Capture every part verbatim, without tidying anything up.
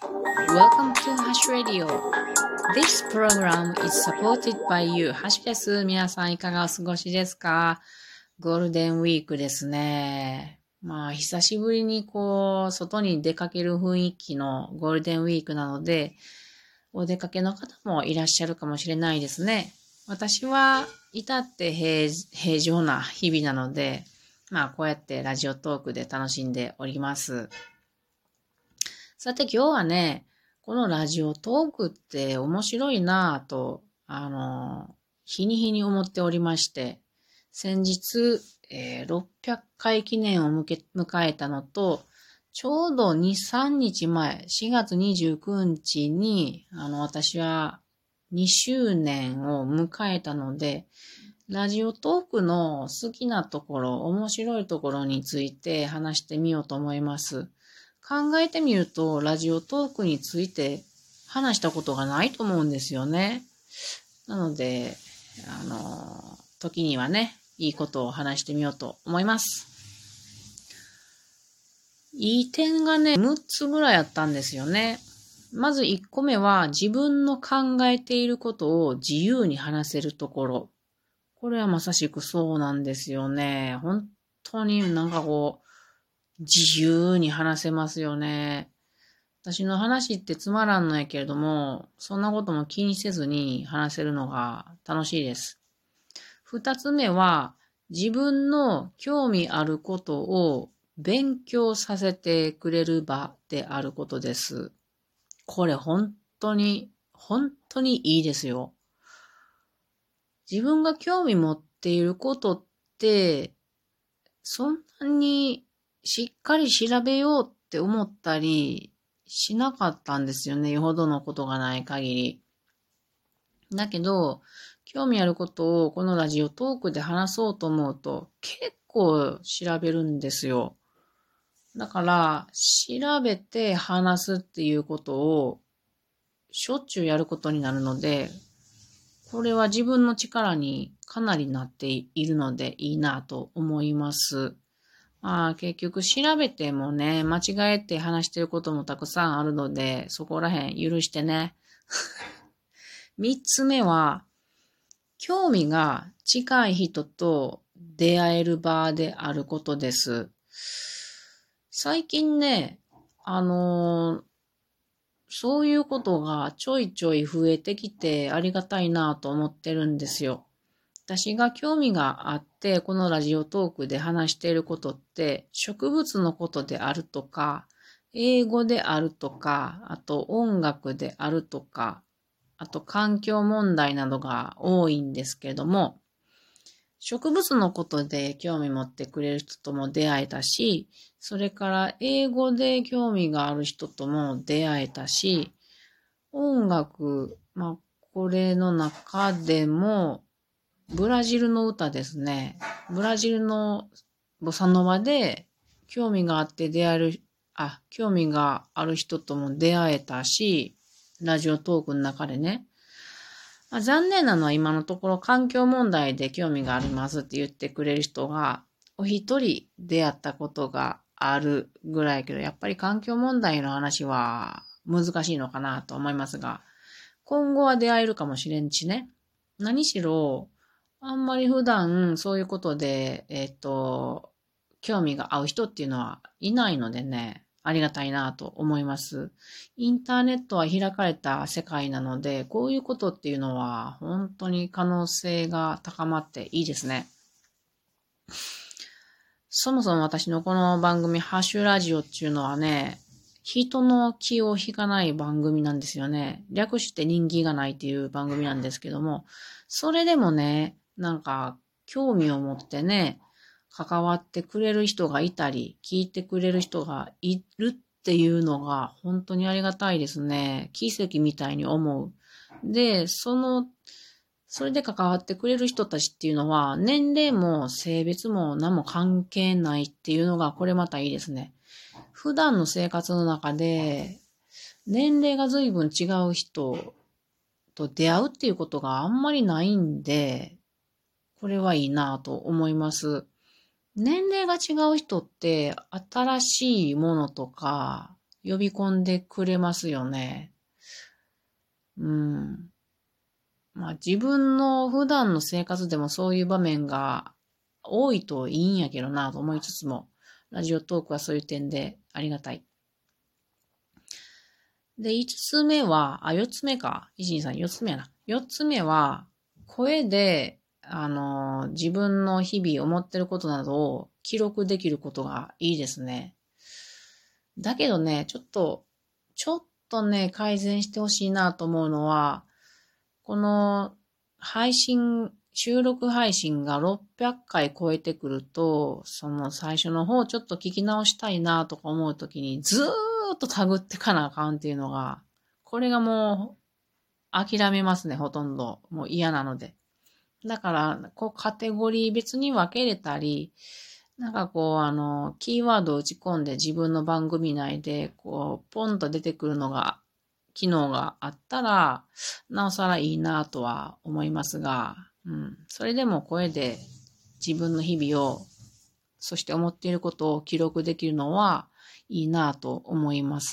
Welcome to Hash Radio. This program is supported by you. ハッシュです。皆さんいかがお過ごしですか？ゴールデンウィークですね。まあ、久しぶりにこう、外に出かける雰囲気のゴールデンウィークなので、お出かけの方もいらっしゃるかもしれないですね。私は至って平、平常な日々なので、まあ、こうやってラジオトークで楽しんでおります。さて今日はね、このラジオトークって面白いなぁと、あの、日に日に思っておりまして、先日、えーろっぴゃっかい記念を向け迎えたのと、ちょうどに、さんにちまえ、しがつにじゅうくにちに、あの、私はにしゅうねんを迎えたので、ラジオトークの好きなところ、面白いところについて話してみようと思います。考えてみると、ラジオトークについて話したことがないと思うんですよね。なので、あの、時にはね、いいことを話してみようと思います。いい点がね、むっつぐらいあったんですよね。まずいっこめは、自分の考えていることを自由に話せるところ。これはまさしくそうなんですよね。本当になんかこう、自由に話せますよね。私の話ってつまらんのやけれども、そんなことも気にせずに話せるのが楽しいです。二つ目は、自分の興味あることを勉強させてくれる場であることです。これ本当に、本当にいいですよ。自分が興味持っていることって、そんなにしっかり調べようって思ったりしなかったんですよね。よほどのことがない限り。だけど、興味あることをこのラジオトークで話そうと思うと結構調べるんですよ。だから、調べて話すっていうことをしょっちゅうやることになるので、これは自分の力にかなりなっているのでいいなと思います。まあ結局調べてもね、間違えて話してることもたくさんあるので、そこら辺許してね。三つ目は、興味が近い人と出会える場であることです。最近ね、あのー、そういうことがちょいちょい増えてきてありがたいなと思ってるんですよ。私が興味があって、このラジオトークで話していることって、植物のことであるとか、英語であるとか、あと音楽であるとか、あと環境問題などが多いんですけれども、植物のことで興味持ってくれる人とも出会えたし、それから英語で興味がある人とも出会えたし、音楽、まあ、これの中でも、ブラジルの歌ですね。ブラジルのボサノバで興味があって出会える、あ、興味がある人とも出会えたし、ラジオトークの中でね。まあ、残念なのは今のところ環境問題で興味がありますって言ってくれる人がお一人出会ったことがあるぐらいけど、やっぱり環境問題の話は難しいのかなと思いますが、今後は出会えるかもしれんしね。何しろ、あんまり普段そういうことで、えっと、興味が合う人っていうのはいないのでね、ありがたいなと思います。インターネットは開かれた世界なので、こういうことっていうのは本当に可能性が高まっていいですね。そもそも私のこの番組、ハッシュラジオっていうのはね、人の気を引かない番組なんですよね。略して人気がないっていう番組なんですけども、それでもね、なんか興味を持ってね、関わってくれる人がいたり、聞いてくれる人がいるっていうのが本当にありがたいですね。奇跡みたいに思う。で、その、それで関わってくれる人たちっていうのは、年齢も性別も何も関係ないっていうのが、これまたいいですね。普段の生活の中で、年齢が随分違う人と出会うっていうことがあんまりないんで、これはいいなと思います。年齢が違う人って新しいものとか、 呼び込んでくれますよね。うん。まあ自分の普段の生活でもそういう場面が多いといいんやけどなと思いつつも、ラジオトークはそういう点でありがたい。で、五つ目は、あ、四つ目か。一二三、四つ目やな。四つ目は、声で、あの、自分の日々思ってることなどを記録できることがいいですね。だけどね、ちょっと、ちょっとね、改善してほしいなと思うのは、この配信、収録配信がろっぴゃっかい超えてくると、その最初の方ちょっと聞き直したいなとか思うときにずーっとタグってかなあかんっていうのが、これがもう諦めますね、ほとんど。もう嫌なので。だから、こうカテゴリー別に分けれたり、なんかこう、あの、キーワードを打ち込んで自分の番組内で、こう、ポンと出てくるのが、機能があったら、なおさらいいなとは思いますが、うん。それでも声で自分の日々を、そして思っていることを記録できるのはいいなと思います。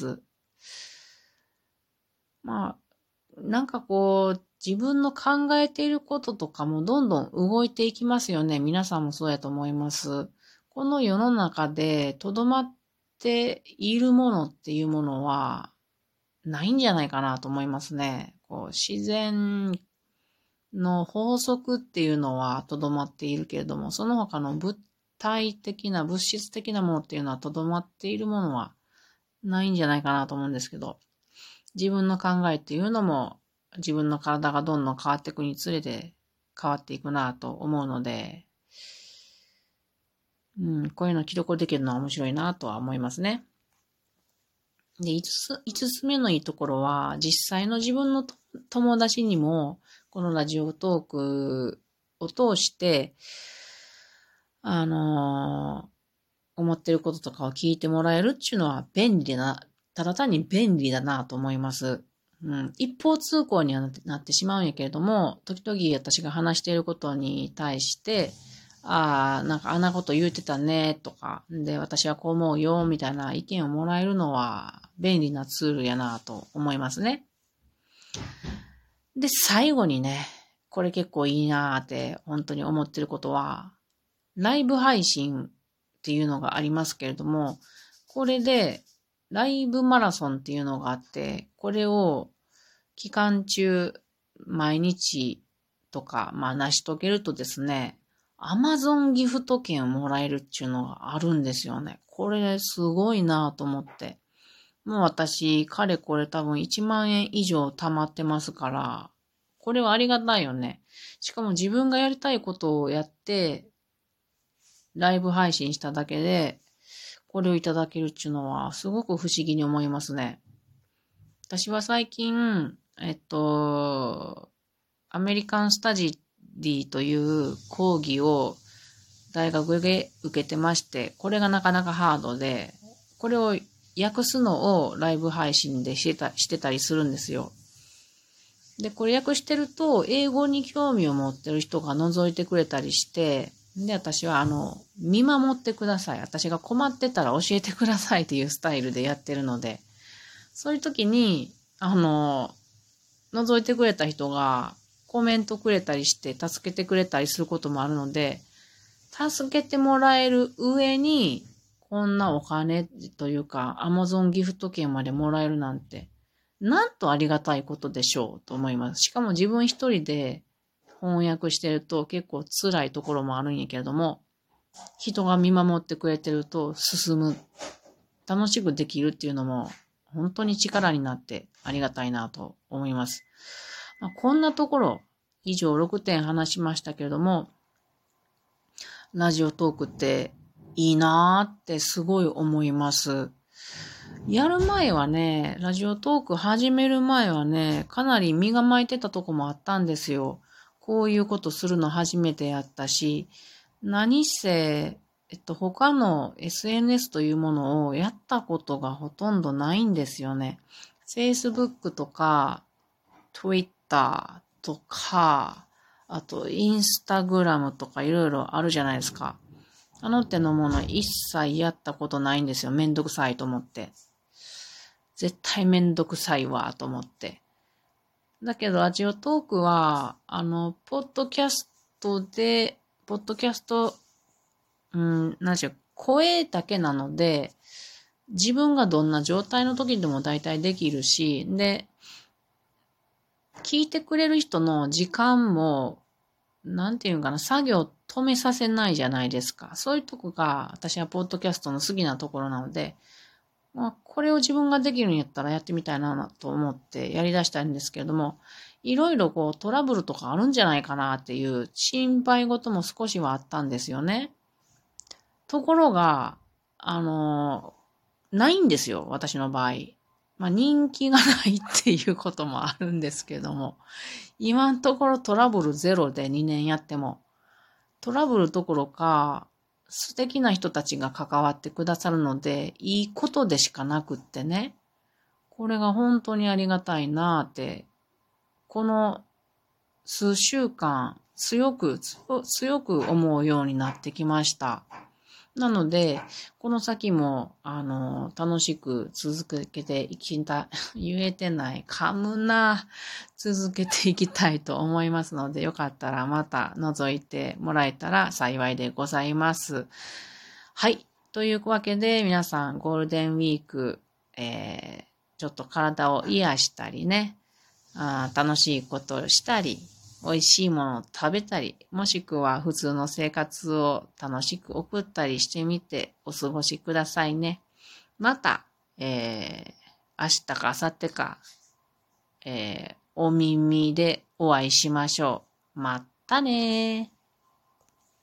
まあ、なんかこう、自分の考えていることとかもどんどん動いていきますよね。皆さんもそうやと思います。この世の中で留まっているものっていうものはないんじゃないかなと思いますね。こう自然の法則っていうのは留まっているけれども、その他の物体的な、物質的なものっていうのは留まっているものはないんじゃないかなと思うんですけど、自分の考えっていうのも自分の体がどんどん変わっていくにつれて変わっていくなと思うので、うん、こういうの記録できるのは面白いなとは思いますね。で、五つ、五つ目のいいところは、実際の自分の友達にも、このラジオトークを通して、あのー、思ってることとかを聞いてもらえるっていうのは便利な、ただ単に便利だなと思います。うん、一方通行にはなってしまうんやけれども、時々私が話していることに対して、ああ、なんかあんなこと言うてたね、とか、で、私はこう思うよ、みたいな意見をもらえるのは便利なツールやなと思いますね。で、最後にね、これ結構いいなーって本当に思ってることは、ライブ配信っていうのがありますけれども、これでライブマラソンっていうのがあって、これを期間中毎日とか、まあ成し遂げるとですね、アマゾンギフト券をもらえるっていうのがあるんですよね。これすごいなと思って。もう私、かれこれ多分いちまんえん以上貯まってますから、これはありがたいよね。しかも自分がやりたいことをやって、ライブ配信しただけで、これをいただけるっていうのは、すごく不思議に思いますね。私は最近、えっと、アメリカンスタジディという講義を大学で受けてまして、これがなかなかハードで、これを訳すのをライブ配信でしてた、してたりするんですよ。で、これ訳してると、英語に興味を持ってる人が覗いてくれたりして、で、私はあの、見守ってください。私が困ってたら教えてくださいっていうスタイルでやってるので、そういう時に、あの、覗いてくれた人がコメントくれたりして助けてくれたりすることもあるので、助けてもらえる上に、こんなお金というか、アマゾンギフト券までもらえるなんて、なんとありがたいことでしょうと思います。しかも自分一人で翻訳してると結構辛いところもあるんやけれども、人が見守ってくれてると進む、楽しくできるっていうのも本当に力になってありがたいなと思います。まあ、こんなところ、以上ろくてん話しましたけれども、ラジオトークっていいなーってすごい思います。やる前はね、ラジオトーク始める前はね、かなり身構えてたとこもあったんですよ。こういうことするの初めてやったし、何せ、えっと、他の エスエヌエス というものをやったことがほとんどないんですよね。Facebook とか、Twitter とか、あと、インスタグラムとかいろいろあるじゃないですか。あの手のもの一切やったことないんですよ。めんどくさいと思って。 絶対めんどくさいわ、と思って。だけど、ラジオトークは、あの、ポッドキャストで、ポッドキャスト、うん、なんしょう、声だけなので、自分がどんな状態の時でも大体できるし、で、聞いてくれる人の時間も、なんていうかな、作業止めさせないじゃないですか。そういうとこが、私はポッドキャストの好きなところなので、まあ、これを自分ができるんやったらやってみたいなと思ってやり出したいんですけれども、いろいろこうトラブルとかあるんじゃないかなっていう心配事も少しはあったんですよね。ところが、あの、ないんですよ、私の場合。まあ、人気がないっていうこともあるんですけども、今のところトラブルゼロでにねんやっても、トラブルどころか、素敵な人たちが関わってくださるので、いいことでしかなくってね。これが本当にありがたいなって、この数週間、強く、強く思うようになってきました。なので、この先も、あの、楽しく続けていきたい、言えてない、噛むな、続けていきたいと思いますので、よかったらまた覗いてもらえたら幸いでございます。はい。というわけで、皆さん、ゴールデンウィーク、えー、ちょっと体を癒したりね、あ楽しいことをしたり、美味しいものを食べたり、もしくは普通の生活を楽しく送ったりしてみてお過ごしくださいね。また、えー、明日か明後日か、えー、お耳でお会いしましょう。またねー。